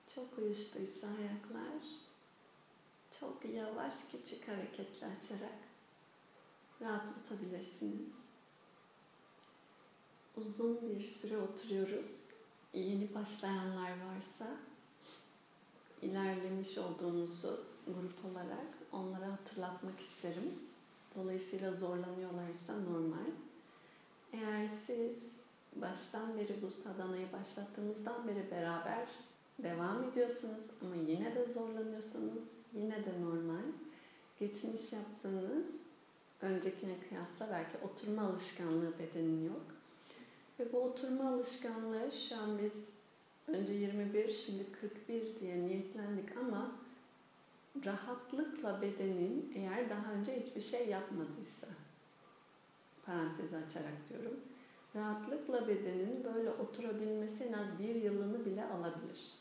Çok uyuştuysa ayaklar, çok yavaş küçük hareketler açarak rahatlatabilirsiniz. Uzun bir süre oturuyoruz. Yeni başlayanlar varsa ilerlemiş olduğumuzu grup olarak onlara hatırlatmak isterim. Dolayısıyla zorlanıyorlarsa normal. Eğer siz baştan beri bu sadanayı başlattığımızdan beri beraber devam ediyorsanız ama yine de zorlanıyorsanız yine de normal. Geçmiş yaptığınız öncekine kıyasla belki oturma alışkanlığı bedenin yok. Ve bu oturma alışkanlığı şu an biz önce 21 şimdi 41 diye niyetlendik ama rahatlıkla bedenin eğer daha önce hiçbir şey yapmadıysa, parantezi açarak diyorum, rahatlıkla bedenin böyle oturabilmesi en az 1 yılını bile alabilir.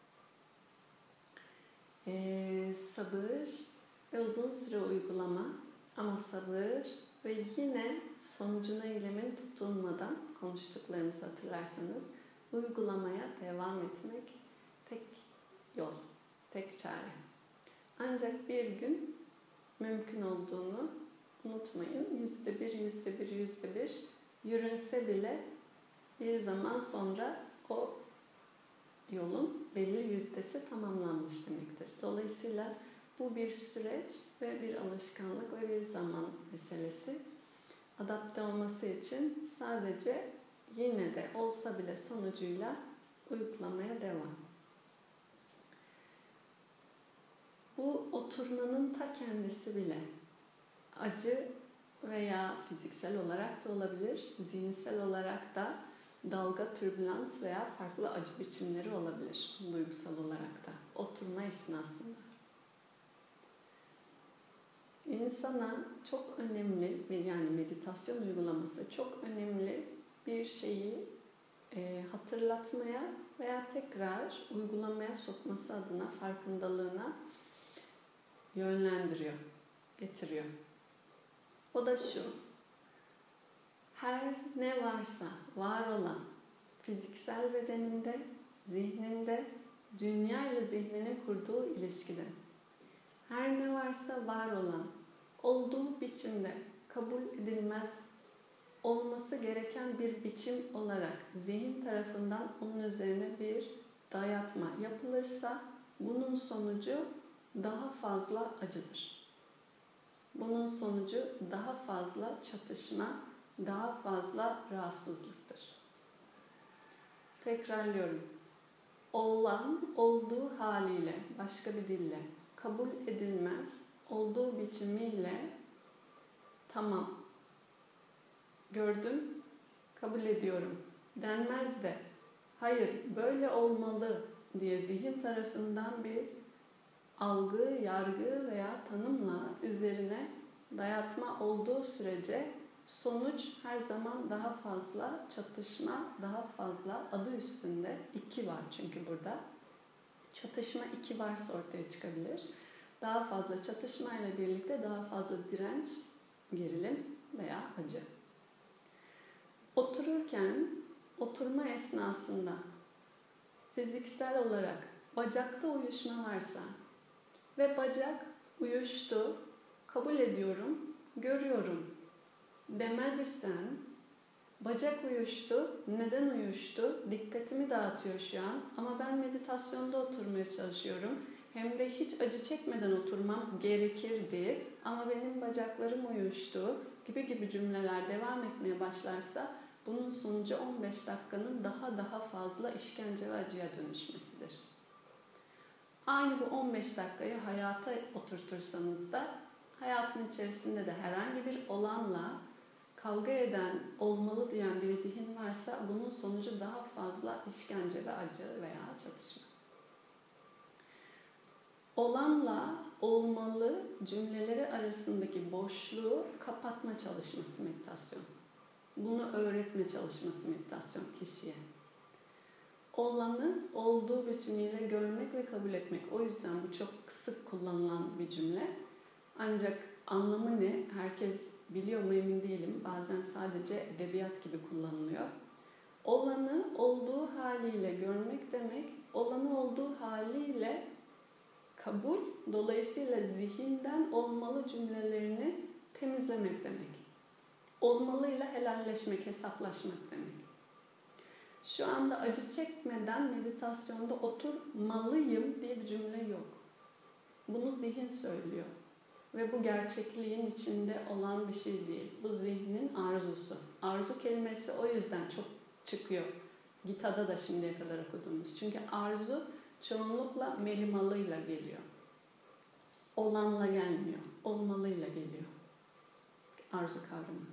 Sabır ve uzun süre uygulama ama sabır ve yine sonucuna eylemin tutulmadan konuştuklarımızı hatırlarsanız uygulamaya devam etmek tek yol, tek çare. Ancak bir gün mümkün olduğunu unutmayın. %1 yürünse bile bir zaman sonra o yolun belli yüzdesi tamamlanmış demektir. Dolayısıyla bu bir süreç ve bir alışkanlık ve bir zaman meselesi. Adapte olması için sadece yine de olsa bile sonucuyla uygulamaya devam. Bu oturmanın ta kendisi bile acı veya fiziksel olarak da olabilir, zihinsel olarak da dalga, türbülans veya farklı acı biçimleri olabilir duygusal olarak da oturma esnasında. İnsana çok önemli, yani meditasyon uygulaması çok önemli bir şeyi hatırlatmaya veya tekrar uygulamaya sokması adına farkındalığına yönlendiriyor, getiriyor. O da şu: her ne varsa var olan fiziksel bedeninde, zihninde, dünya ile zihninin kurduğu ilişkide, her ne varsa var olan, olduğu biçimde kabul edilmez, olması gereken bir biçim olarak zihin tarafından onun üzerine bir dayatma yapılırsa bunun sonucu daha fazla acıdır. Bunun sonucu daha fazla çatışma, daha fazla rahatsızlıktır. Tekrarlıyorum. Olan olduğu haliyle, başka bir dille kabul edilmez, olduğu biçimiyle tamam, gördüm, kabul ediyorum denmez de hayır böyle olmalı diye zihin tarafından bir algı, yargı veya tanımla üzerine dayatma olduğu sürece sonuç her zaman daha fazla çatışma, daha fazla adı üstünde 2 var çünkü burada. Çatışma 2 varsa ortaya çıkabilir. Daha fazla çatışmayla birlikte daha fazla direnç, gerilim veya acı. Otururken, oturma esnasında fiziksel olarak bacakta uyuşma varsa ve bacak uyuştu, kabul ediyorum, görüyorum demez isen, bacak uyuştu, neden uyuştu, dikkatimi dağıtıyor şu an ama ben meditasyonda oturmaya çalışıyorum. Hem de hiç acı çekmeden oturmam gerekirdi ama benim bacaklarım uyuştu gibi cümleler devam etmeye başlarsa bunun sonucu 15 dakikanın daha fazla işkence ve acıya dönüşmesidir. Aynı bu 15 dakikayı hayata oturtursanız da hayatın içerisinde de herhangi bir olanla kavga eden, olmalı diyen bir zihin varsa bunun sonucu daha fazla işkence ve acı veya çatışma. Olanla olmalı cümleleri arasındaki boşluğu kapatma çalışması meditasyon. Bunu öğretme çalışması meditasyon kişiye. Olanı olduğu biçimiyle görmek ve kabul etmek. O yüzden bu çok sık kullanılan bir cümle. Ancak anlamı ne? Herkes biliyor mu emin değilim. Bazen sadece edebiyat gibi kullanılıyor. Olanı olduğu haliyle görmek demek, olanı olduğu haliyle kabul, dolayısıyla zihinden olmalı cümlelerini temizlemek demek. Olmalıyla helalleşmek, hesaplaşmak demek. Şu anda acı çekmeden meditasyonda oturmalıyım diye bir cümle yok. Bunu zihin söylüyor. Ve bu gerçekliğin içinde olan bir şey değil. Bu zihnin arzusu. Arzu kelimesi o yüzden çok çıkıyor. Gita'da da şimdiye kadar okuduğumuz. Çünkü arzu çoğunlukla melimalıyla geliyor. Olanla gelmiyor. Olmalıyla geliyor. Arzu kavramı.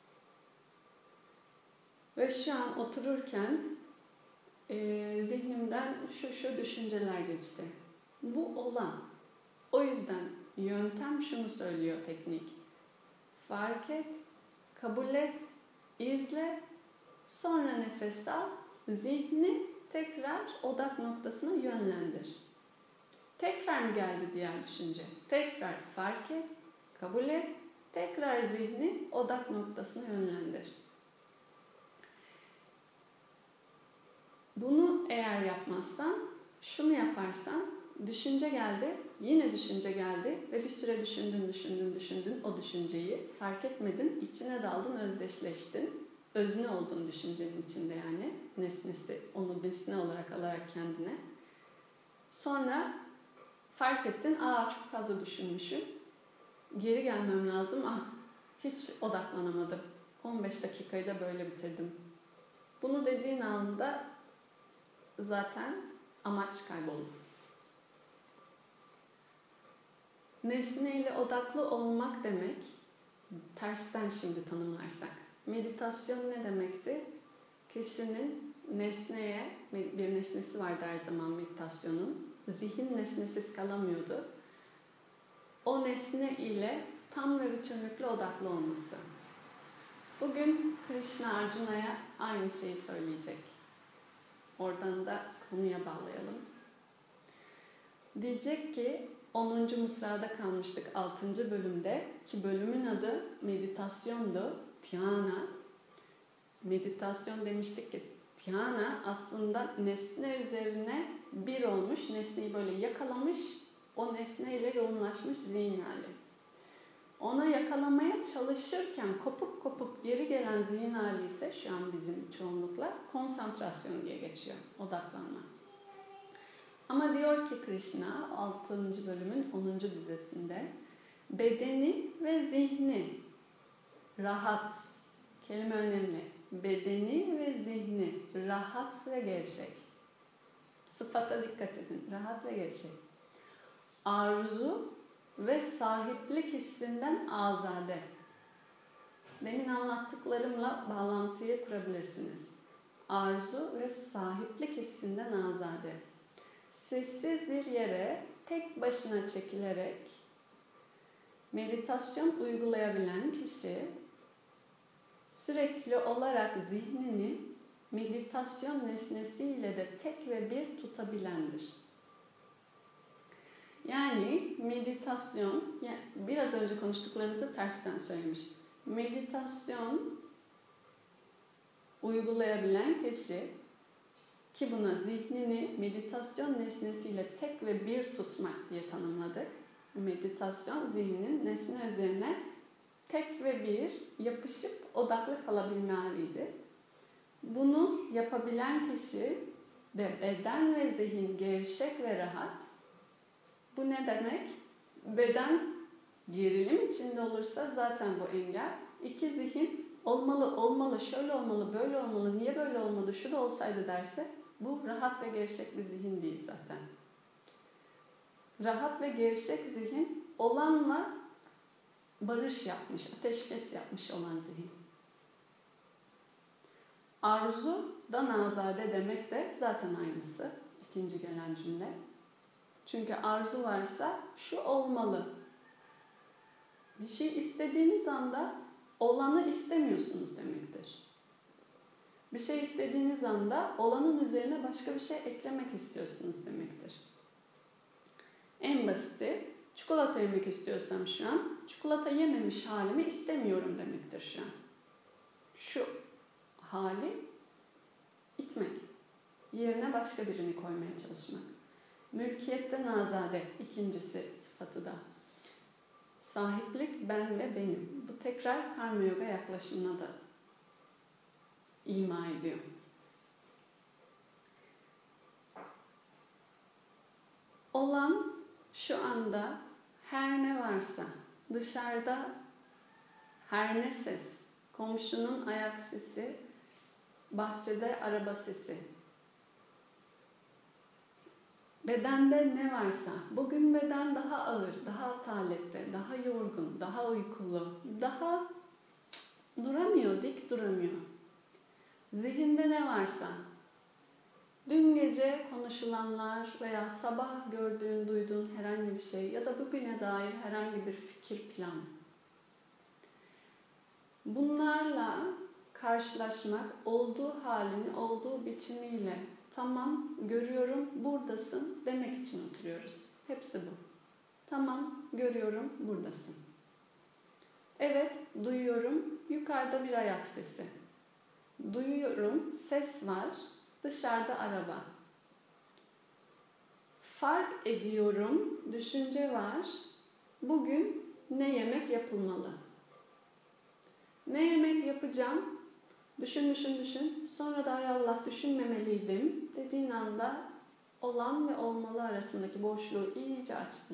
Ve şu an otururken zihnimden şu düşünceler geçti. Bu olan. O yüzden yöntem şunu söylüyor teknik. Fark et, kabul et, izle, sonra nefes al, zihni tekrar odak noktasına yönlendir. Tekrar mı geldi diğer düşünce? Tekrar fark et, kabul et, tekrar zihni odak noktasına yönlendir. Bunu eğer yapmazsan, şunu yaparsan, düşünce geldi, yine düşünce geldi ve bir süre düşündün o düşünceyi, fark etmedin, içine daldın, özdeşleştin. Özne oldun düşüncenin içinde yani, nesnesi, onu nesne olarak alarak kendine. Sonra fark ettin, çok fazla düşünmüşüm, geri gelmem lazım, hiç odaklanamadım, 15 dakikayı da böyle bitirdim. Bunu dediğin anda zaten amaç kayboldu. Nesneyle odaklı olmak demek, tersten şimdi tanımlarsak. Meditasyon ne demekti? Kişinin nesneye, bir nesnesi vardı her zaman meditasyonun. Zihin nesnesiz kalamıyordu. O nesne ile tam ve bütünlükle odaklı olması. Bugün Krishna Arjuna'ya aynı şeyi söyleyecek. Oradan da konuya bağlayalım. Diyecek ki 10. mısrada kalmıştık 6. bölümde ki bölümün adı meditasyondu. Dhyana. Meditasyon demiştik ki dhyana aslında nesne üzerine bir olmuş, nesneyi böyle yakalamış, o nesneyle yoğunlaşmış zihin hali. Ona yakalamaya çalışırken kopup geri gelen zihin hali ise şu an bizim çoğunlukla konsantrasyon diye geçiyor, odaklanma. Ama diyor ki Krishna 6. bölümün 10. dizesinde bedeni ve zihni rahat, kelime önemli, bedeni ve zihni rahat ve gevşek. Sıfata dikkat edin, rahat ve gevşek. Arzu ve sahiplik hissinden azade. Demin anlattıklarımla bağlantıyı kurabilirsiniz. Arzu ve sahiplik hissinden azade. Sessiz bir yere tek başına çekilerek meditasyon uygulayabilen kişi sürekli olarak zihnini meditasyon nesnesiyle de tek ve bir tutabilendir. Yani meditasyon, biraz önce konuştuklarımızı tersten söylemiş. Meditasyon uygulayabilen kişi ki buna zihnini meditasyon nesnesiyle tek ve bir tutmak diye tanımladık. Meditasyon zihnin nesne üzerine tek ve bir yapışıp odaklı kalabilme haliydi. Bunu yapabilen kişi de beden ve zihin gevşek ve rahat. Bu ne demek? Beden gerilim içinde olursa zaten bu engel. İki zihin olmalı, şöyle olmalı, böyle olmalı, niye böyle olmadı, şu da olsaydı derse bu rahat ve gevşek bir zihin değil zaten. Rahat ve gevşek zihin olanla barış yapmış, ateşkes yapmış olan zihin. Arzudan azade demek de zaten aynısı. İkinci gelen cümle. Çünkü arzu varsa şu olmalı. Bir şey istediğiniz anda olanı istemiyorsunuz demektir. Bir şey istediğiniz anda olanın üzerine başka bir şey eklemek istiyorsunuz demektir. En basiti, çikolata yemek istiyorsam şu an, çikolata yememiş halimi istemiyorum demektir şu an. Şu hali itmek. Yerine başka birini koymaya çalışmak. Mülkiyette nazade, ikincisi sıfatı da. Sahiplik, ben ve benim. Bu tekrar karma yoga yaklaşımına da ima ediyor. Olan şu anda her ne varsa, dışarıda her ne ses, komşunun ayak sesi, bahçede araba sesi, bedende ne varsa, bugün beden daha ağır, daha atalette, daha yorgun, daha uykulu, daha duramıyor, dik duramıyor. Zihinde ne varsa, dün gece konuşulanlar veya sabah gördüğün, duyduğun herhangi bir şey ya da bugüne dair herhangi bir fikir, plan. Bunlarla karşılaşmak, olduğu halini, olduğu biçimiyle tamam, görüyorum, buradasın demek için oturuyoruz. Hepsi bu. Tamam, görüyorum, buradasın. Evet, duyuyorum, yukarıda bir ayak sesi. Duyuyorum, ses var, dışarıda araba. Fark ediyorum, düşünce var, bugün ne yemek yapılmalı? Ne yemek yapacağım? Düşün. Sonra da ay Allah düşünmemeliydim dediğin anda olan ve olmalı arasındaki boşluğu iyice açtın.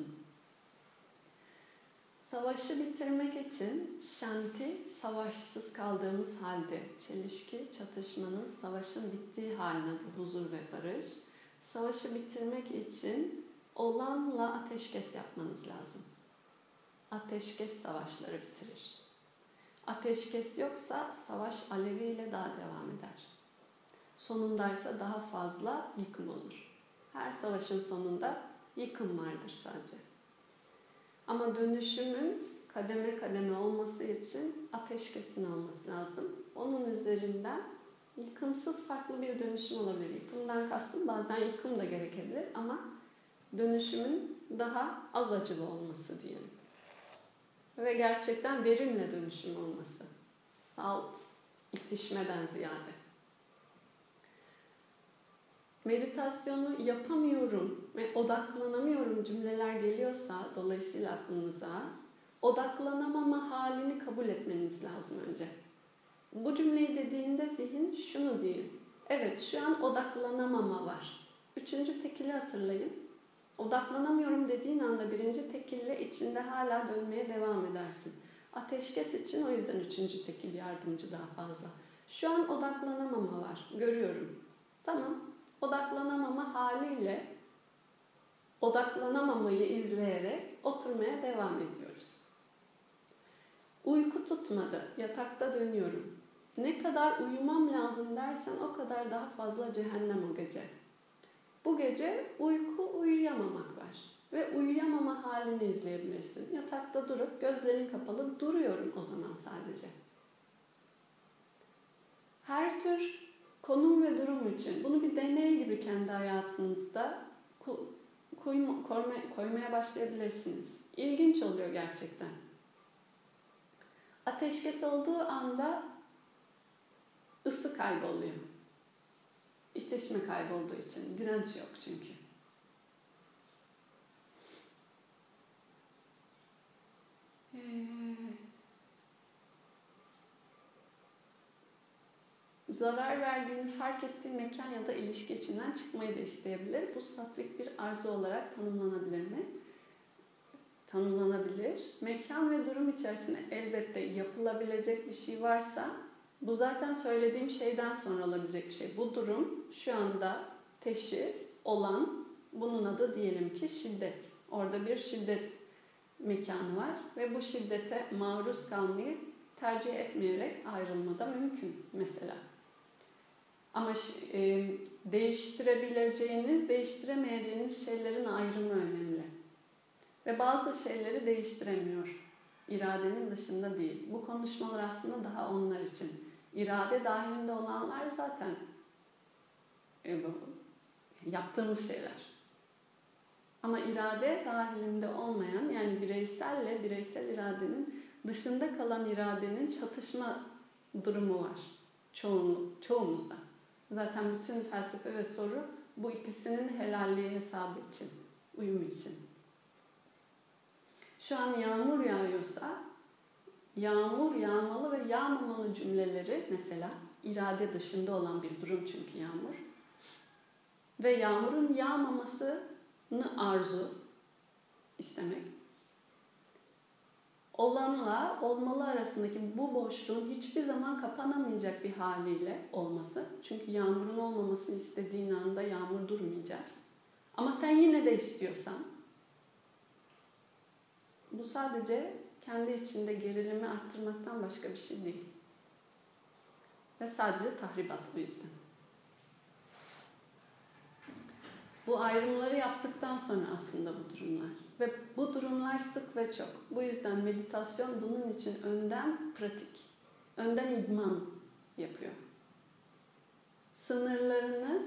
Savaşı bitirmek için şanti, savaşsız kaldığımız halde, çelişki, çatışmanın, savaşın bittiği haline de huzur ve barış. Savaşı bitirmek için olanla ateşkes yapmanız lazım. Ateşkes savaşları bitirir. Ateşkes yoksa savaş aleviyle daha devam eder. Sonundaysa daha fazla yıkım olur. Her savaşın sonunda yıkım vardır sadece. Ama dönüşümün kademe kademe olması için ateşkesin olması lazım. Onun üzerinden yıkımsız farklı bir dönüşüm olabilir. Yıkımdan kastım bazen yıkım da gerekebilir ama dönüşümün daha az acılı olması diyelim. Ve gerçekten verimle dönüşüm olması. Salt, itişmeden ziyade. Meditasyonu yapamıyorum ve odaklanamıyorum cümleler geliyorsa dolayısıyla aklınıza, odaklanamama halini kabul etmeniz lazım önce. Bu cümleyi dediğinde zihin şunu diyeyim. Evet, şu an odaklanamama var. Üçüncü tekili hatırlayın. Odaklanamıyorum dediğin anda birinci tekille içinde hala dönmeye devam edersin. Ateşkes için o yüzden üçüncü tekil yardımcı daha fazla. Şu an odaklanamama var. Görüyorum. Tamam. Odaklanamama haliyle odaklanamamayı izleyerek oturmaya devam ediyoruz. Uyku tutmadı. Yatakta dönüyorum. Ne kadar uyumam lazım dersen o kadar daha fazla cehennem o gece. Bu gece uyuyamamak var. Ve uyuyamama halini izleyebilirsin. Yatakta durup gözlerin kapalı duruyorum o zaman sadece. Her tür konum ve durum için bunu bir deney gibi kendi hayatınızda koymaya başlayabilirsiniz. İlginç oluyor gerçekten. Ateşkes olduğu anda ısı kayboluyor. İtişme kaybolduğu için. Direnç yok çünkü. Zarar verdiğini fark ettiği mekan ya da ilişki içinden çıkmayı da isteyebilir. Bu satvik bir arzu olarak tanımlanabilir mi? Tanımlanabilir. Mekan ve durum içerisinde elbette yapılabilecek bir şey varsa bu zaten söylediğim şeyden sonra olabilecek bir şey. Bu durum şu anda teşhis olan, bunun adı diyelim ki şiddet. Orada bir şiddet mekanı var ve bu şiddete maruz kalmayı tercih etmeyerek ayrılma da mümkün mesela. Ama değiştirebileceğiniz, değiştiremeyeceğiniz şeylerin ayrımı önemli. Ve bazı şeyleri değiştiremiyor. İradenin dışında değil. Bu konuşmalar aslında daha onlar için. İrade dahilinde olanlar zaten yaptığımız şeyler. Ama irade dahilinde olmayan, yani bireyselle bireysel iradenin dışında kalan iradenin çatışma durumu var çoğumuzda. Zaten bütün felsefe ve soru bu ikisinin helalliği hesabı için, uyumu için. Şu an yağmur yağıyorsa, yağmur yağmalı ve yağmamalı cümleleri mesela irade dışında olan bir durum çünkü yağmur. Ve yağmurun yağmamasını arzu istemek. Olanla olmalı arasındaki bu boşluğun hiçbir zaman kapanamayacak bir haliyle olması. Çünkü yağmurun olmamasını istediğin anda yağmur durmayacak. Ama sen yine de istiyorsan, bu sadece kendi içinde gerilimi arttırmaktan başka bir şey değil. Ve sadece tahribat o yüzden. Bu ayrımları yaptıktan sonra aslında bu durumlar. Ve bu durumlar sık ve çok. Bu yüzden meditasyon bunun için önden pratik, önden idman yapıyor. Sınırlarını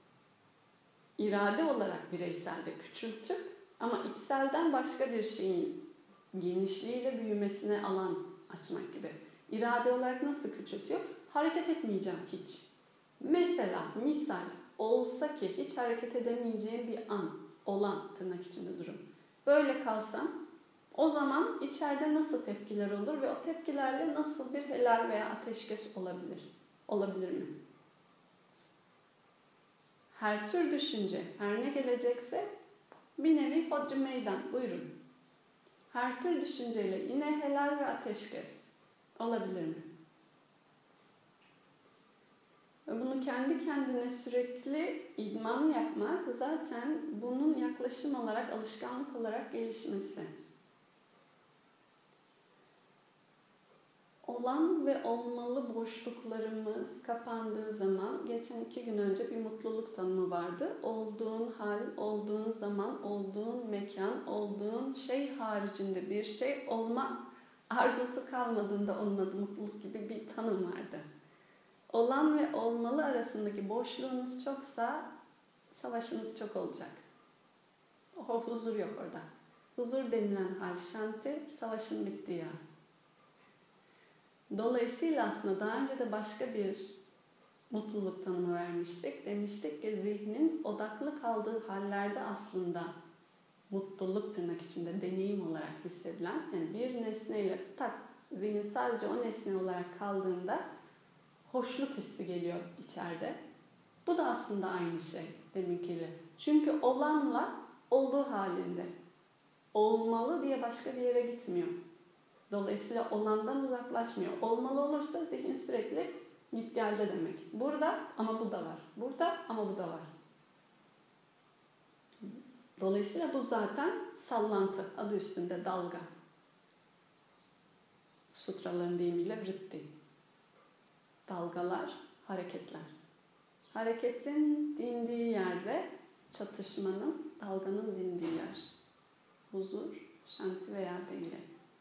irade olarak bireyselde küçültüp ama içselden başka bir şeyin genişliğiyle büyümesine alan açmak gibi. İrade olarak nasıl küçültüyor? Hareket etmeyeceğim hiç. Mesela, misal olsa ki hiç hareket edemeyeceğim bir an, olan tırnak içinde durum. Böyle kalsam o zaman içeride nasıl tepkiler olur ve o tepkilerle nasıl bir helal veya ateşkes olabilir? Olabilir mi? Her tür düşünce, her ne gelecekse bir nevi hodri meydan, buyurun. Her tür düşünceyle yine helal ve ateşkes olabilir mi? Ve bunu kendi kendine sürekli idman yapmak zaten bunun yaklaşım olarak, alışkanlık olarak gelişmesi. Olan ve olmalı boşluklarımız kapandığı zaman, geçen 2 gün önce bir mutluluk tanımı vardı. Olduğun hal, olduğun zaman, olduğun mekan, olduğun şey haricinde bir şey olma arzusu kalmadığında onun adı mutluluk gibi bir tanım vardı. Olan ve olmalı arasındaki boşluğunuz çoksa savaşınız çok olacak. O huzur yok orada. Huzur denilen hal şanti, savaşın bittiği hal. Dolayısıyla aslında daha önce de başka bir mutluluk tanımı vermiştik. Demiştik ki zihnin odaklı kaldığı hallerde aslında mutluluk tırnak içinde deneyim olarak hissedilen, yani bir nesneyle zihin sadece o nesne olarak kaldığında hoşluk hissi geliyor içeride. Bu da aslında aynı şey deminkiyle. Çünkü olanla olduğu halinde. Olmalı diye başka bir yere gitmiyor. Dolayısıyla olandan uzaklaşmıyor. Olmalı olursa zihin sürekli git gelde demek. Burada ama bu da var. Burada ama bu da var. Dolayısıyla bu zaten sallantı. Adı üstünde dalga. Sutraların deyimiyle vritti. Dalgalar, hareketler. Hareketin dindiği yerde çatışmanın, dalganın dindiği yer. Huzur, şanti veya denge.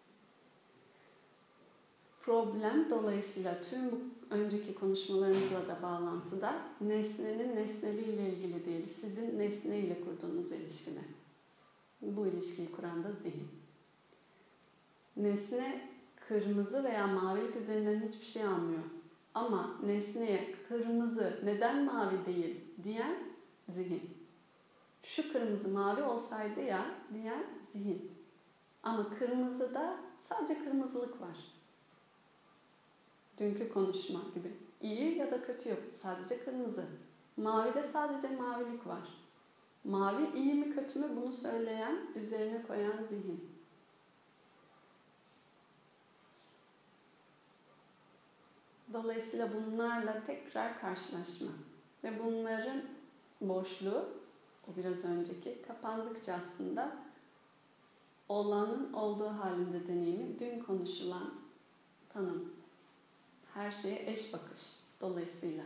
Problem dolayısıyla tüm bu önceki konuşmalarımızla da bağlantıda nesnenin nesneliğiyle ilgili değil, sizin nesneyle kurduğunuz ilişkide. Bu ilişkiyi kuran da zihin. Nesne kırmızı veya mavilik üzerinden hiçbir şey almıyor. Ama nesneye kırmızı neden mavi değil diyen zihin. Şu kırmızı mavi olsaydı ya diyen zihin. Ama kırmızıda sadece kırmızılık var. Dünkü konuşma gibi. İyi ya da kötü yok. Sadece kırmızı. Mavide sadece mavilik var. Mavi iyi mi kötü mü bunu söyleyen, üzerine koyan zihin. Dolayısıyla bunlarla tekrar karşılaşma. Ve bunların boşluğu, o biraz önceki, kapandıkça aslında olanın olduğu halinde deneyimi, dün konuşulan tanım. Her şeye eş bakış dolayısıyla.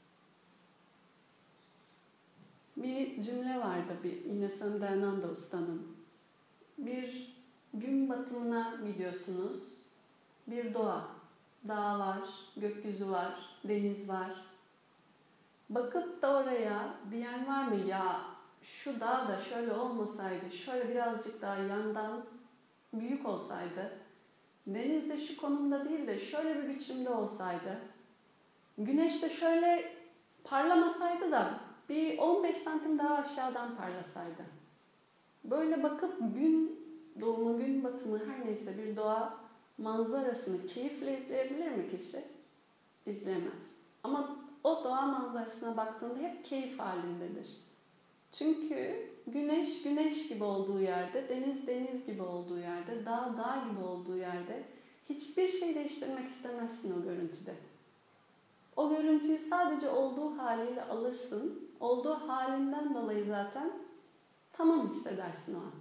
Bir cümle vardı yine Swami Dayananda Usta'nın. Bir gün batımına gidiyorsunuz. Bir doğa. Dağ var, gökyüzü var, deniz var. Bakıp da oraya diyen var mı? Ya şu dağ da şöyle olmasaydı, şöyle birazcık daha yandan büyük olsaydı, deniz de şu konumda değil de şöyle bir biçimde olsaydı, güneş de şöyle Parlamasaydı da bir 15 santim daha aşağıdan parlasaydı. Böyle bakıp gün doğumu, gün batımı her neyse bir doğa manzarasını keyifle izleyebilir mi kişi? İzleyemez. Ama o doğa manzarasına baktığında hep keyif halindedir. Çünkü güneş güneş gibi olduğu yerde, deniz deniz gibi olduğu yerde, dağ dağ gibi olduğu yerde hiçbir şey değiştirmek istemezsin o görüntüde. O görüntüyü sadece olduğu haliyle alırsın. Olduğu halinden dolayı zaten tamam hissedersin o an.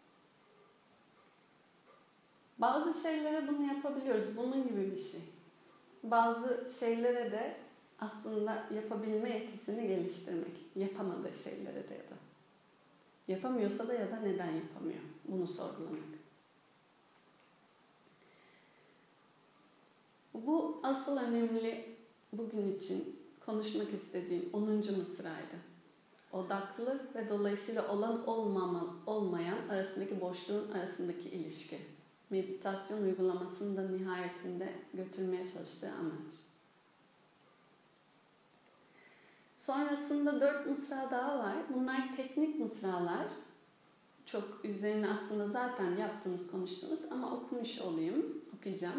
Bazı şeylere bunu yapabiliyoruz. Bunun gibi bir şey. Bazı şeylere de aslında yapabilme yetisini geliştirmek. Yapamadığı şeylere de ya da. Yapamıyorsa da ya da neden yapamıyor? Bunu sorgulamak. Bu asıl önemli bugün için konuşmak istediğim 10. mısraydı. Odaklı ve dolayısıyla olan olmayan arasındaki boşluğun arasındaki ilişki. Meditasyon uygulamasını da nihayetinde götürmeye çalıştığı amaç. Sonrasında 4 mısra daha var. Bunlar teknik mısralar. Çok üzerine aslında zaten yaptığımız, konuştuğumuz ama okumuş olayım, okuyacağım.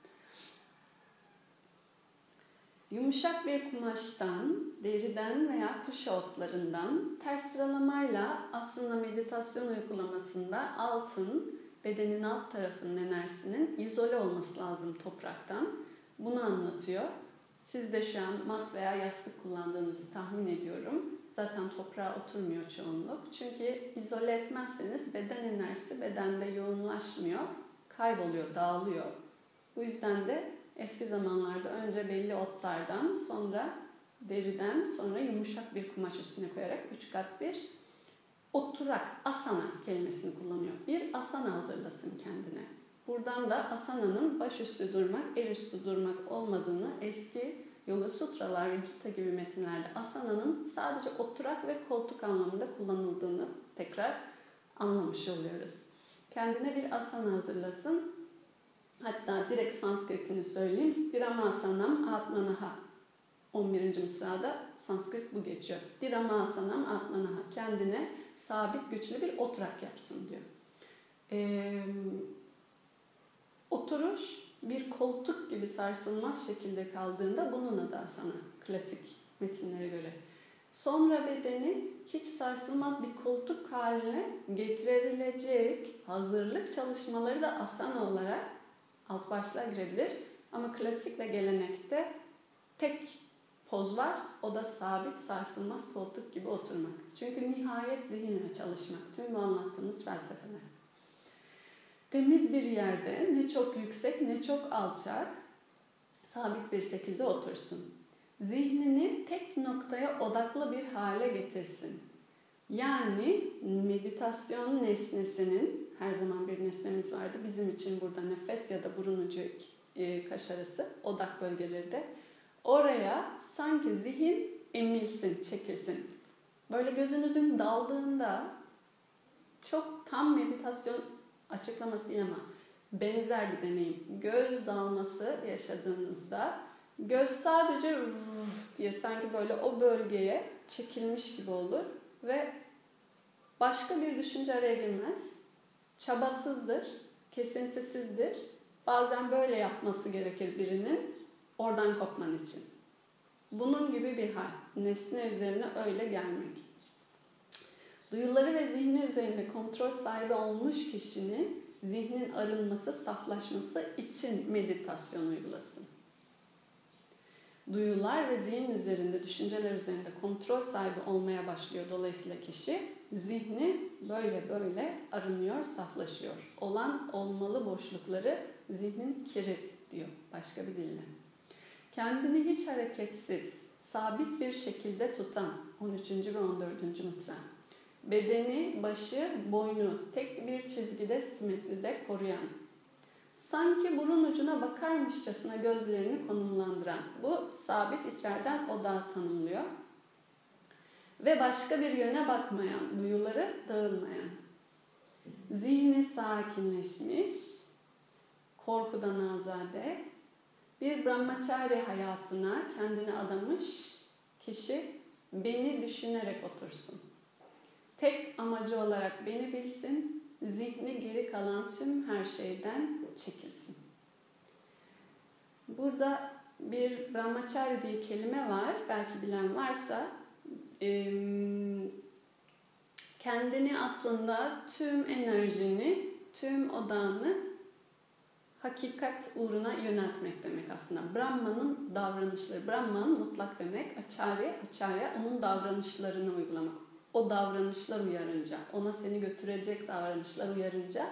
Yumuşak bir kumaştan, deriden veya kuş otlarından ters sıralamayla aslında meditasyon uygulamasında altın, bedenin alt tarafının enerjisinin izole olması lazım topraktan. Bunu anlatıyor. Siz de şu an mat veya yastık kullandığınızı tahmin ediyorum. Zaten toprağa oturmuyor çoğunluk. Çünkü izole etmezseniz beden enerjisi bedende yoğunlaşmıyor, kayboluyor, dağılıyor. Bu yüzden de eski zamanlarda önce belli otlardan, sonra deriden, sonra yumuşak bir kumaş üstüne koyarak 3 kat bir oturak, asana kelimesini kullanıyor. Bir asana hazırlasın kendine. Buradan da asananın başüstü durmak, el üstü durmak olmadığını eski Yoga Sutralar ve Gita gibi metinlerde asananın sadece oturak ve koltuk anlamında kullanıldığını tekrar anlamış oluyoruz. Kendine bir asana hazırlasın. Hatta direkt Sanskritini söyleyeyim. Sthiramasanam atmanaha. 11. mısrada Sanskrit bu geçiyor. Sthiramasanam atmanaha. Kendine sabit güçlü bir oturak yapsın diyor. Oturuş bir koltuk gibi sarsılmaz şekilde kaldığında bunun adı asana. Klasik metinlere göre. Sonra bedeni hiç sarsılmaz bir koltuk haline getirebilecek hazırlık çalışmaları da asana olarak alt başlığa girebilir. Ama klasik ve gelenekte tek poz var. O da sabit, sarsılmaz koltuk gibi oturmak. Çünkü nihayet zihinle çalışmak. Tüm bu anlattığımız felsefeler. Temiz bir yerde ne çok yüksek ne çok alçak sabit bir şekilde otursun. Zihnini tek noktaya odaklı bir hale getirsin. Yani meditasyon nesnesinin, her zaman bir nesnemiz vardı. Bizim için burada nefes ya da burun ucu kaş arası odak bölgeleri de. Oraya sanki zihin emilsin, çekilsin. Böyle gözünüzün daldığında çok tam meditasyon açıklaması değil ama benzer bir deneyim. Göz dalması yaşadığınızda göz sadece diye sanki böyle o bölgeye çekilmiş gibi olur ve başka bir düşünce araya girmez. Çabasızdır, kesintisizdir. Bazen böyle yapması gerekir birinin oradan kopman için. Bunun gibi bir hal. Nesne üzerine öyle gelmek. Duyuları ve zihni üzerinde kontrol sahibi olmuş kişinin zihnin arınması, saflaşması için meditasyon uygulasın. Duyular ve zihin üzerinde, düşünceler üzerinde kontrol sahibi olmaya başlıyor. Dolayısıyla kişi zihni böyle böyle arınıyor, saflaşıyor. Olan olmalı boşlukları zihnin kiri diyor başka bir dille. Kendini hiç hareketsiz, sabit bir şekilde tutan 13. ve 14. mısra. Bedeni, başı, boynu tek bir çizgide, simetride koruyan. Sanki burun ucuna bakarmışçasına gözlerini konumlandıran. Bu sabit içeriden odağı tanımlıyor. Ve başka bir yöne bakmayan, duyuları dağılmayan. Zihni sakinleşmiş, korkudan azade, bir brahmachari hayatına kendini adamış, kişi beni düşünerek otursun. Tek amacı olarak beni bilsin, zihni geri kalan tüm her şeyden çekilsin. Burada bir Brahmacharya diye kelime var, belki bilen varsa. Kendini aslında tüm enerjini, tüm odağını hakikat uğruna yöneltmek demek aslında. Brahman'ın davranışları, Brahman mutlak demek, Acharya onun davranışlarını uygulamak. O davranışlar uyarınca, ona seni götürecek davranışlar uyarınca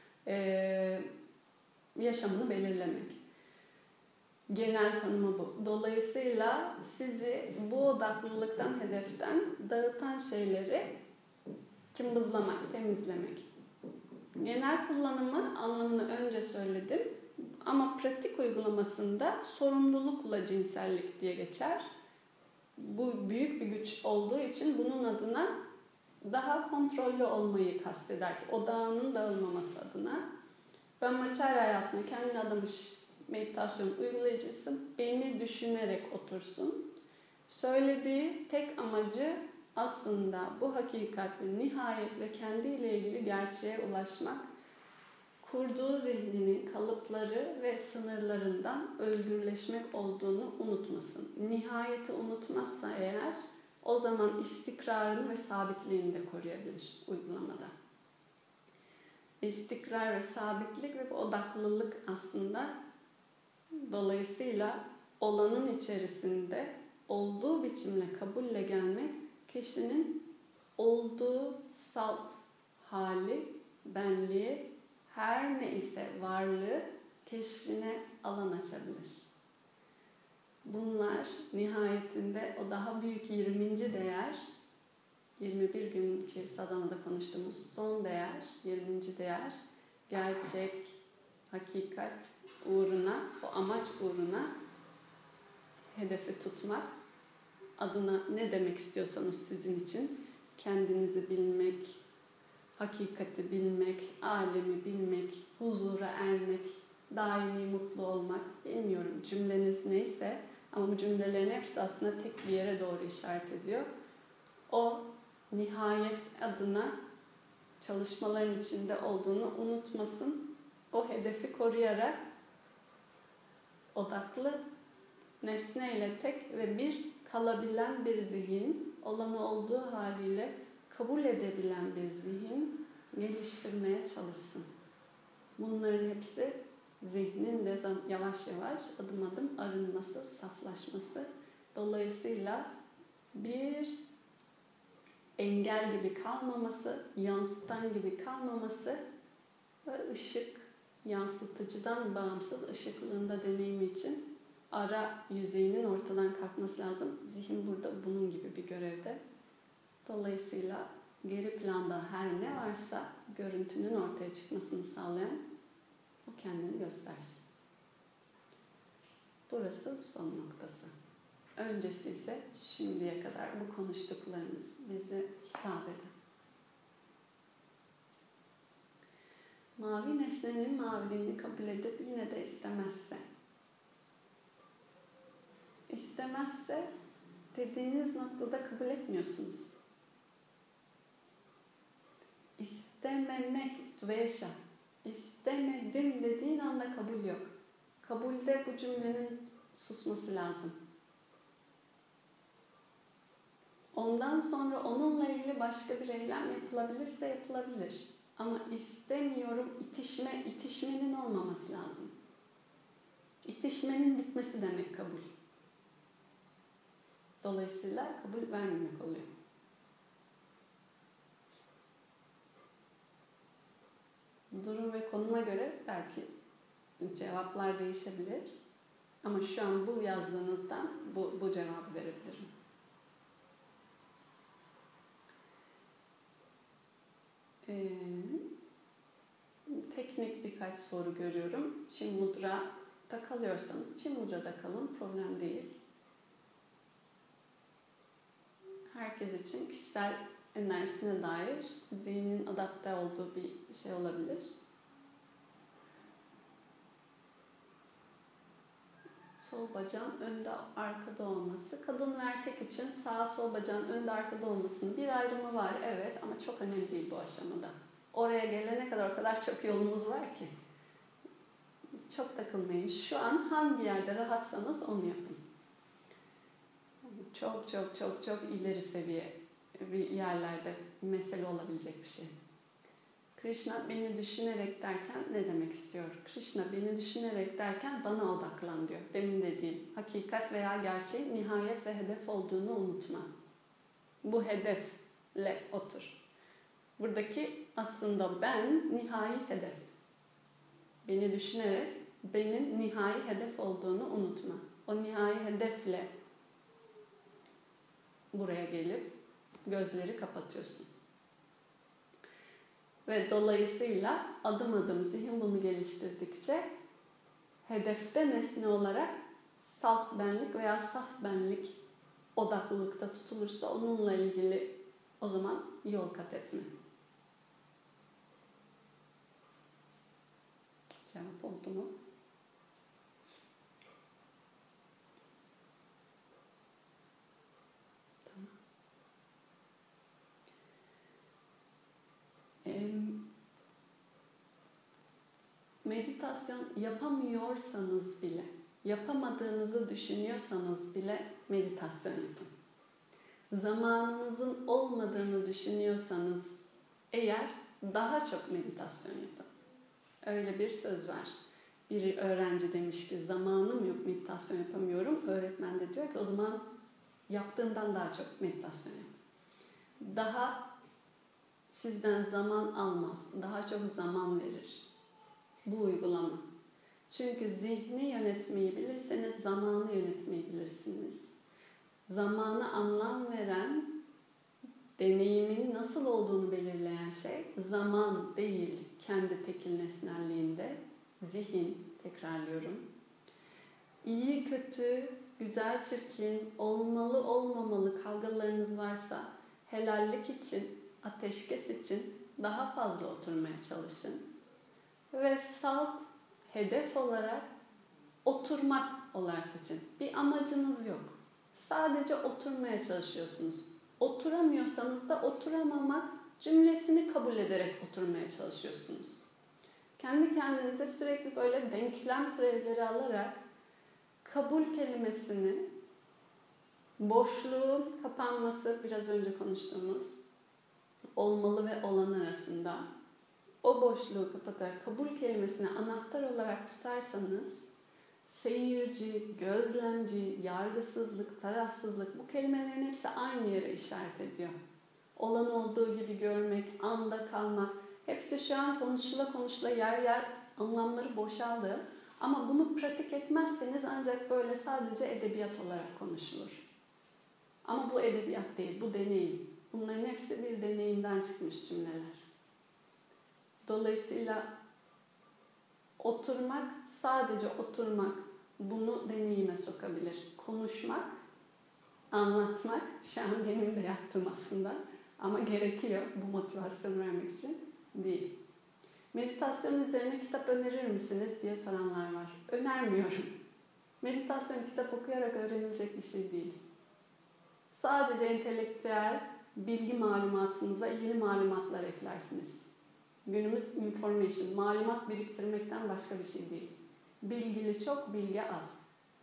yaşamını belirlemek. Genel tanımı bu. Dolayısıyla sizi bu odaklılıktan, hedeften dağıtan şeyleri cımbızlamak, temizlemek. Genel kullanımı, anlamını önce söyledim ama pratik uygulamasında sorumlulukla cinsellik diye geçer. Bu büyük bir güç olduğu için bunun adına daha kontrollü olmayı kasteder. Odağının dağılmaması adına. Ben Brahmacharya hayatına kendini adamış meditasyon uygulayıcısı, beni düşünerek otursun. Söylediği tek amacı aslında bu hakikat ve nihayet ve kendiyle ilgili gerçeğe ulaşmak, kurduğu zihninin kalıpları ve sınırlarından özgürleşmek olduğunu unutmasın. Nihayeti unutmazsa eğer, o zaman istikrarını ve sabitliğini de koruyabilir uygulamada. İstikrar ve sabitlik ve bu odaklılık aslında dolayısıyla olanın içerisinde olduğu biçimle kabulle gelmek, kişinin olduğu salt hali, benliği, her ne ise varlığı keşfine alan açabilir. Bunlar nihayetinde o daha büyük 20. değer, 21 günkü Sadhana'da konuştuğumuz son değer, 20. değer, gerçek, hakikat uğruna, o amaç uğruna hedefi tutmak, adına ne demek istiyorsanız sizin için, kendinizi bilmek, hakikati bilmek, alemi bilmek, huzura ermek, daimi mutlu olmak, bilmiyorum cümleniz neyse ama bu cümlelerin hepsi aslında tek bir yere doğru işaret ediyor. O nihayet adına çalışmaların içinde olduğunu unutmasın. O hedefi koruyarak odaklı, nesneyle tek ve bir kalabilen bir zihin, olanı olduğu haliyle kabul edebilen bir zihin geliştirmeye çalışsın. Bunların hepsi zihnin de yavaş yavaş adım adım arınması, saflaşması. Dolayısıyla bir engel gibi kalmaması, yansıtan gibi kalmaması ve ışık yansıtıcıdan bağımsız ışıklığında deneyimi için ara yüzeyinin ortadan kalkması lazım. Zihin burada bunun gibi bir görevde. Dolayısıyla geri planda her ne varsa görüntünün ortaya çıkmasını sağlayan o kendini göstersin. Burası son noktası. Öncesi ise şimdiye kadar bu konuştuklarımız bize hitap eden. Mavi nesnenin maviliğini kabul edip yine de istemezse dediğiniz noktada kabul etmiyorsunuz. İstememek, dveşa. İstemedim dediğin anda kabul yok. Kabulde bu cümlenin susması lazım. Ondan sonra onunla ilgili başka bir eylem yapılabilirse yapılabilir. Ama istemiyorum, itişmenin olmaması lazım. İtişmenin bitmesi demek kabul. Dolayısıyla kabul vermemek oluyor. Durum ve konuma göre belki cevaplar değişebilir. Ama şu an bu yazdığınızdan bu cevabı verebilirim. Teknik birkaç soru görüyorum. Çin Mudra'da kalıyorsanız Çin Mudra'da kalın, problem değil. Herkes için kişisel enerjisine dair zihnin adapte olduğu bir şey olabilir. sol bacağın önde arkada olması. Kadın ve erkek için sağ sol bacağın önde arkada olmasının bir ayrımı var, evet, ama çok önemli değil bu aşamada. Oraya gelene kadar o kadar çok yolumuz var ki. Çok takılmayın. Şu an hangi yerde rahatsanız onu yapın. Çok çok çok çok ileri seviye bir yerlerde mesele olabilecek bir şey. Krishna beni düşünerek derken ne demek istiyor? Krishna beni düşünerek derken bana odaklan diyor. Demin dediğim hakikat veya gerçeğin nihayet ve hedef olduğunu unutma. Bu hedefle otur. Buradaki aslında ben nihai hedef. Beni düşünerek benim nihai hedef olduğunu unutma. O nihai hedefle buraya gelip gözleri kapatıyorsun. Ve dolayısıyla adım adım zihin bunu geliştirdikçe hedefte nesne olarak salt benlik veya saf benlik odaklılıkta tutulursa onunla ilgili o zaman yol kat etme. Cevap oldu mu? Tamam. Meditasyon yapamıyorsanız bile, yapamadığınızı düşünüyorsanız bile meditasyon yapın. Zamanınızın olmadığını düşünüyorsanız eğer daha çok meditasyon yapın. Öyle bir söz var. Bir öğrenci demiş ki zamanım yok, meditasyon yapamıyorum. Öğretmen de diyor ki o zaman yaptığından daha çok meditasyon yap. Daha sizden zaman almaz, daha çok zaman verir bu uygulama. Çünkü zihni yönetmeyi bilirseniz zamanı yönetmeyi bilirsiniz. Zamanı anlam veren, deneyimin nasıl olduğunu belirleyen şey zaman değil, kendi tekil nesnelliğinde zihin, tekrarlıyorum. İyi, kötü, güzel, çirkin, olmalı, olmamalı kavgalarınız varsa helallik için, ateşkes için daha fazla oturmaya çalışın. Ve salt hedef olarak oturmak olarak seçin. Bir amacınız yok. Sadece oturmaya çalışıyorsunuz. Oturamıyorsanız da oturamamak cümlesini kabul ederek oturmaya çalışıyorsunuz. Kendi kendinize sürekli böyle denklem türevleri alarak kabul kelimesini, boşluğun kapanması, biraz önce konuştuğumuz olmalı ve olan arasında o boşluğu kapatarak kabul kelimesini anahtar olarak tutarsanız seyirci, gözlemci, yargısızlık, tarafsızlık bu kelimelerin hepsi aynı yere işaret ediyor. Olan olduğu gibi görmek, anda kalmak hepsi şu an konuşula konuşula yer yer anlamları boşaldı. Ama bunu pratik etmezseniz ancak böyle sadece edebiyat olarak konuşulur. Ama bu edebiyat değil, bu deneyim. Bunların hepsi bir deneyimden çıkmış cümleler. Dolayısıyla oturmak, sadece oturmak bunu deneyime sokabilir. Konuşmak, anlatmak, şu an benim de yaptığım aslında ama gerekiyor bu motivasyonu vermek için değil. Meditasyon üzerine kitap önerir misiniz diye soranlar var. Önermiyorum. Meditasyon kitap okuyarak öğrenilecek bir şey değil. Sadece entelektüel bilgi malumatınıza yeni malumatlar eklersiniz. Günümüz information, malumat biriktirmekten başka bir şey değil. Bilgili çok, bilgi az.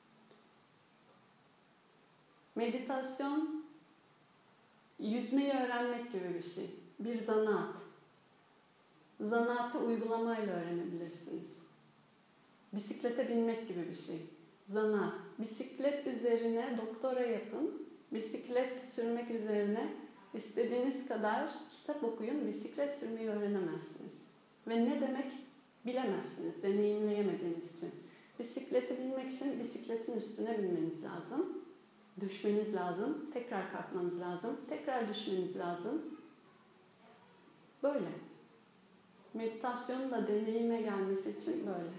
Meditasyon, yüzmeyi öğrenmek gibi bir şey. Bir zanaat. Zanaatı uygulamayla öğrenebilirsiniz. Bisiklete binmek gibi bir şey. Zanaat. Bisiklet üzerine doktora yapın. Bisiklet sürmek üzerine istediğiniz kadar kitap okuyun. Bisiklet sürmeyi öğrenemezsiniz. Ve ne demek bilemezsiniz deneyimleyemediğiniz için. Bisikleti bilmek için bisikletin üstüne binmeniz lazım. Düşmeniz lazım. Tekrar kalkmanız lazım. Tekrar düşmeniz lazım. Böyle. Meditasyonun da deneyime gelmesi için böyle.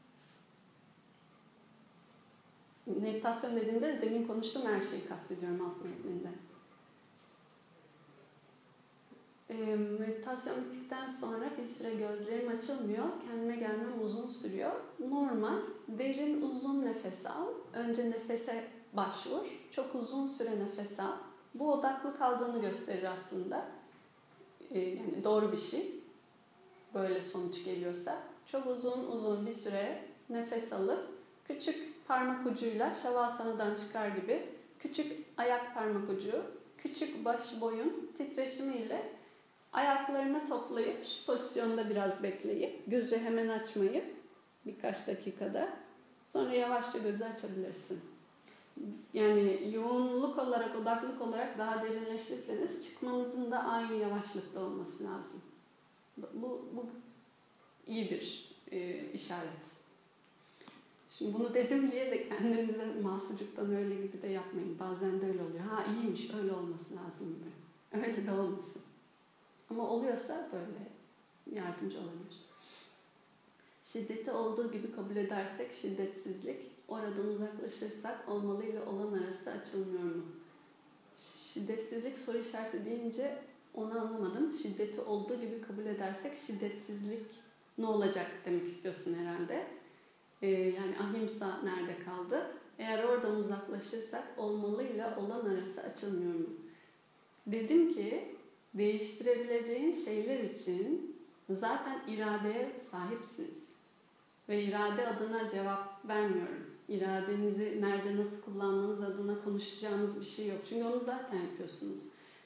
Meditasyon dediğimde de demin konuştuğum her şeyi kastediyorum alt metninde. Meditasyon bittikten sonra bir süre gözlerim açılmıyor. Kendime gelmem uzun sürüyor. Normal. Derin uzun nefes al. Önce nefese başvur. Çok uzun süre nefes al. Bu odaklı kaldığını gösterir aslında. Yani doğru bir şey. Böyle sonuç geliyorsa. Çok uzun bir süre nefes alıp küçük parmak ucuyla şavasana'dan çıkar gibi küçük ayak parmak ucu, küçük baş boyun titreşimiyle ayaklarını toplayıp şu pozisyonda biraz bekleyip gözü hemen açmayıp birkaç dakikada sonra yavaşça gözü açabilirsin. Yani yoğunluk olarak, odaklık olarak daha derinleşirseniz çıkmanızın da aynı yavaşlıkta olması lazım. Bu iyi bir işaret. Şimdi bunu dedim diye de kendinize mahsucuktan öyle gibi de yapmayın. Bazen de öyle oluyor. Ha iyiymiş, öyle olması lazım gibi. Öyle de olmasın. Ama oluyorsa böyle yardımcı olabilir. Şiddeti olduğu gibi kabul edersek şiddetsizlik, oradan uzaklaşırsak olmalı ile olan arası açılmıyor mu? Şiddetsizlik soru işareti deyince onu anlamadım. Şiddeti olduğu gibi kabul edersek şiddetsizlik ne olacak demek istiyorsun herhalde. Yani ahimsa nerede kaldı? Eğer oradan uzaklaşırsak olmalı ile olan arası açılmıyor mu? Dedim ki değiştirebileceğin şeyler için zaten iradeye sahipsiniz. Ve irade adına cevap vermiyorum. İradenizi nerede nasıl kullanmanız adına konuşacağımız bir şey yok. Çünkü onu zaten yapıyorsunuz.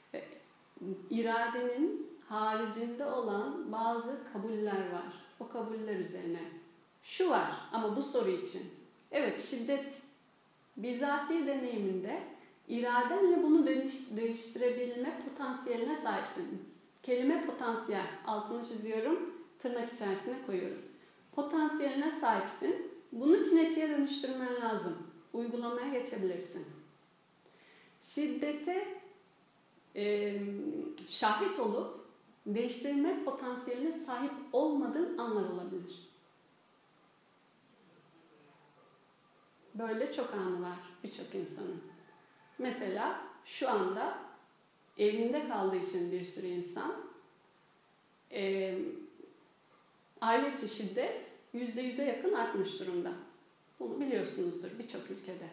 İradenin haricinde olan bazı kabuller var. O kabuller üzerine. Şu var ama bu soru için. Evet, şiddet bizatihi deneyiminde iradenle bunu değiştirebilme potansiyeline sahipsin. Kelime potansiyel, altını çiziyorum, tırnak içerisine koyuyorum. Potansiyeline sahipsin. Bunu kinetiğe dönüştürmen lazım. Uygulamaya geçebilirsin. Şiddete şahit olup değiştirme potansiyeline sahip olmadığın anlar olabilir. Böyle çok anı var birçok insanın. Mesela şu anda evinde kaldığı için bir sürü insan aile içi şiddet %100'e yakın artmış durumda. Bunu biliyorsunuzdur birçok ülkede.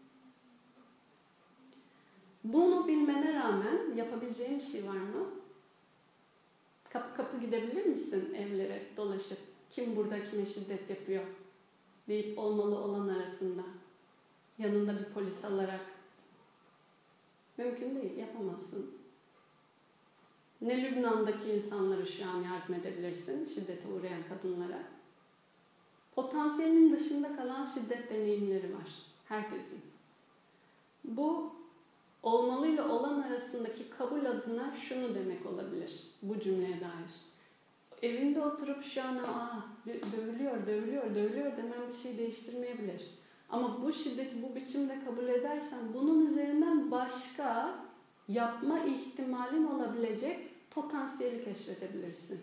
Bunu bilmene rağmen yapabileceğin bir şey var mı? Kapı kapı gidebilir misin evlere dolaşıp kim burada kime şiddet yapıyor deyip olmalı olan arasında yanında bir polis alarak? Mümkün değil, yapamazsın. Ne Lübnan'daki insanlara şu an yardım edebilirsin, şiddete uğrayan kadınlara. Potansiyelin dışında kalan şiddet deneyimleri var herkesin. Bu olmalıyla olan arasındaki kabul adına şunu demek olabilir bu cümleye dair. Evinde oturup şu an dövülüyor demem bir şey değiştirmeyebilir. Ama bu şiddeti bu biçimde kabul edersen bunun üzerinden başka yapma ihtimalin olabilecek potansiyeli keşfedebilirsin.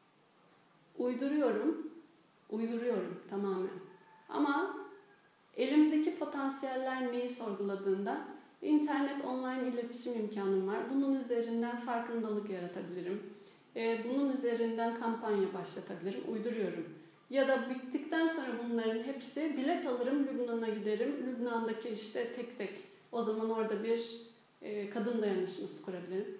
Uyduruyorum tamamen. Ama elimdeki potansiyeller neyi sorguladığında internet, online iletişim imkanım var. Bunun üzerinden farkındalık yaratabilirim. Bunun üzerinden kampanya başlatabilirim. Uyduruyorum. Ya da bittikten sonra bunların hepsi bilet alırım, Lübnan'a giderim. Lübnan'daki işte tek o zaman orada bir kadın dayanışması kurabilirim.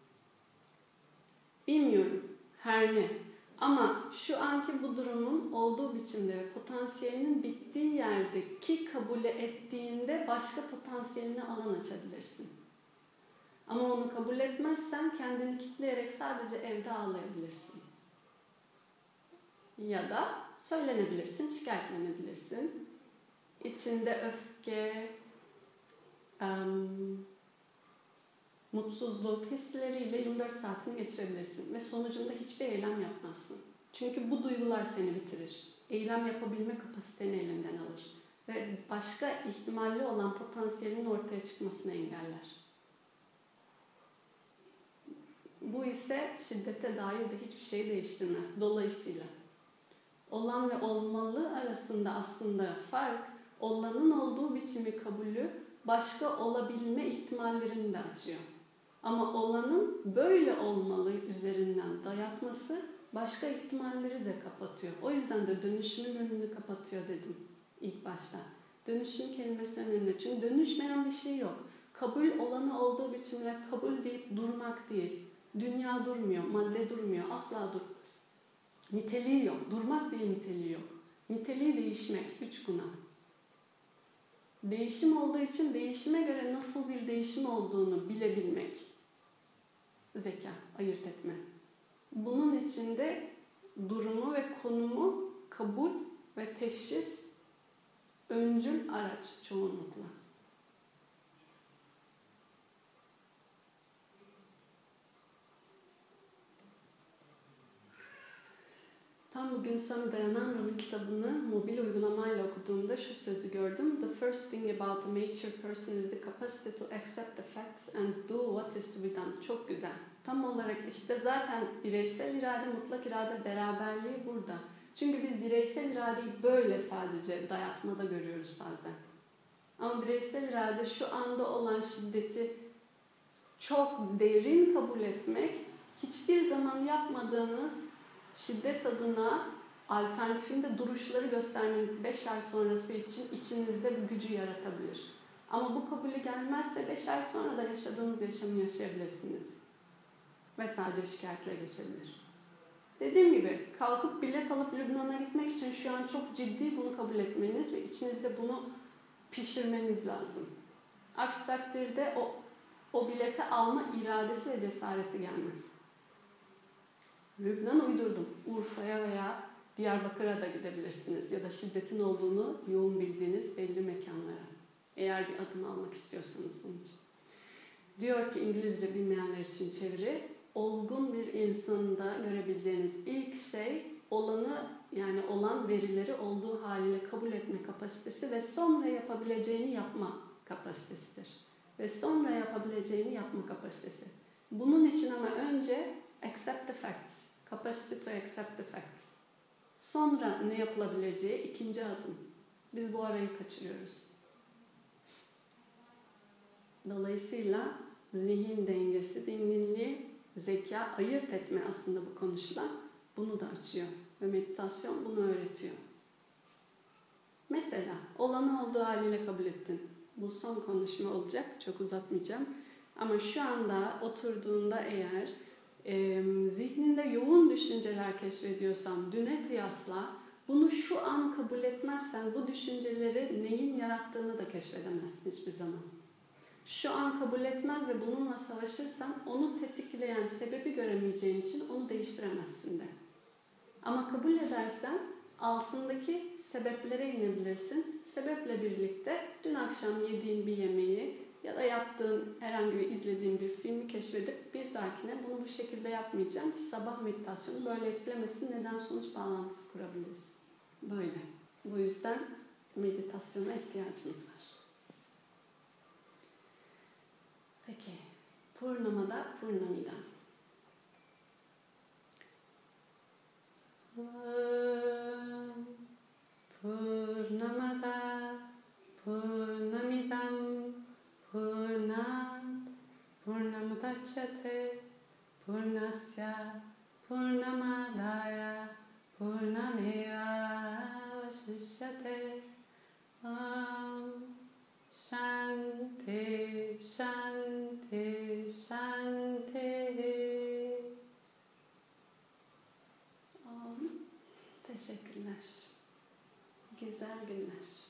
Bilmiyorum. Her ne. Ama şu anki bu durumun olduğu biçimde ve potansiyelinin bittiği yerdeki kabul ettiğinde başka potansiyeline alan açabilirsin. Ama onu kabul etmezsen kendini kitleyerek sadece evde ağlayabilirsin. Ya da söylenebilirsin, şikayetlenebilirsin. İçinde öfke, mutsuzluk hisleriyle 24 saatini geçirebilirsin ve sonucunda hiçbir eylem yapmazsın. Çünkü bu duygular seni bitirir. Eylem yapabilme kapasiteni elinden alır ve başka ihtimalli olan potansiyelin ortaya çıkmasını engeller. Bu ise şiddete dair de hiçbir şey değiştirmez. Dolayısıyla olan ve olmalı arasında aslında fark, olanın olduğu biçimi kabulü başka olabilme ihtimallerini de açıyor. Ama olanın böyle olmalı üzerinden dayatması başka ihtimalleri de kapatıyor. O yüzden de dönüşümün önünü kapatıyor dedim ilk başta. Dönüşüm kelimesi önemli. Çünkü dönüşmeyen bir şey yok. Kabul olanı olduğu biçimde kabul deyip durmak değil. Dünya durmuyor, madde durmuyor, asla durmaz. Niteliği yok, durmak diye niteliği yok. Niteliği değişmek, 3 guna. Değişim olduğu için değişime göre nasıl bir değişim olduğunu bilebilmek. Zeka, ayırt etme. Bunun içinde durumu ve konumu kabul ve teşhis öncül araç çoğunlukla. Tam bugün Sami Dayanamra'nın kitabını mobil uygulamayla okuduğumda şu sözü gördüm. The first thing about a mature person is the capacity to accept the facts and do what is to be done. Çok güzel. Tam olarak işte zaten bireysel irade, mutlak irade beraberliği burada. Çünkü biz bireysel iradeyi böyle sadece dayatmada görüyoruz bazen. Ama bireysel irade şu anda olan şiddeti çok derin kabul etmek, hiçbir zaman yapmadığınız şiddet adına alternatifinde duruşları göstermeniz 5 ay sonrası için içinizde bu gücü yaratabilir. Ama bu kabulü gelmezse 5 ay sonra da yaşadığınız yaşamı yaşayabilirsiniz. Ve sadece şikayetle geçebilir. Dediğim gibi kalkıp bilet alıp Lübnan'a gitmek için şu an çok ciddi bunu kabul etmeniz ve içinizde bunu pişirmeniz lazım. Aksi takdirde o bileti alma iradesi ve cesareti gelmez. Lübnan uydurdum. Urfa'ya veya Diyarbakır'a da gidebilirsiniz. Ya da şiddetin olduğunu yoğun bildiğiniz belli mekanlara. Eğer bir adım almak istiyorsanız bunun için. Diyor ki İngilizce bilmeyenler için çeviri. Olgun bir insanda görebileceğiniz ilk şey olanı, yani olan verileri olduğu haliyle kabul etme kapasitesi ve sonra yapabileceğini yapma kapasitesidir. Ve sonra yapabileceğini yapma kapasitesi. Bunun için ama önce accept the facts. Capacity to accept the facts. Sonra ne yapılabileceği ikinci adım. Biz bu arayı kaçırıyoruz. Dolayısıyla zihin dengesi, dinginliği, zeka, ayırt etme aslında bu konuşulan. Bunu da açıyor. Ve meditasyon bunu öğretiyor. Mesela olanı olduğu haliyle kabul ettin. Bu son konuşma olacak. Çok uzatmayacağım. Ama şu anda oturduğunda eğer zihninde yoğun düşünceler keşfediyorsan düne kıyasla bunu şu an kabul etmezsen bu düşünceleri neyin yarattığını da keşfedemezsin hiçbir zaman. Şu an kabul etmez ve bununla savaşırsan onu tetikleyen sebebi göremeyeceğin için onu değiştiremezsin de. Ama kabul edersen altındaki sebeplere inebilirsin. Sebeple birlikte dün akşam yediğin bir yemeği ya da yaptığın herhangi bir izlediğin bir filmi keşfedip bir dahakine bunu bu şekilde yapmayacağım ki sabah meditasyonu böyle etkilemesin, neden sonuç bağlantısı kurabiliriz. Böyle. Bu yüzden meditasyona ihtiyacımız var. Peki. Purnamada Purnamida. Purnamada Purnamidam Purnat Purnamudachyate Purnasya Purnamadaya Purnameva Vasishyate Shanti Shanti Shanti. Teşekkürler. Güzel günler.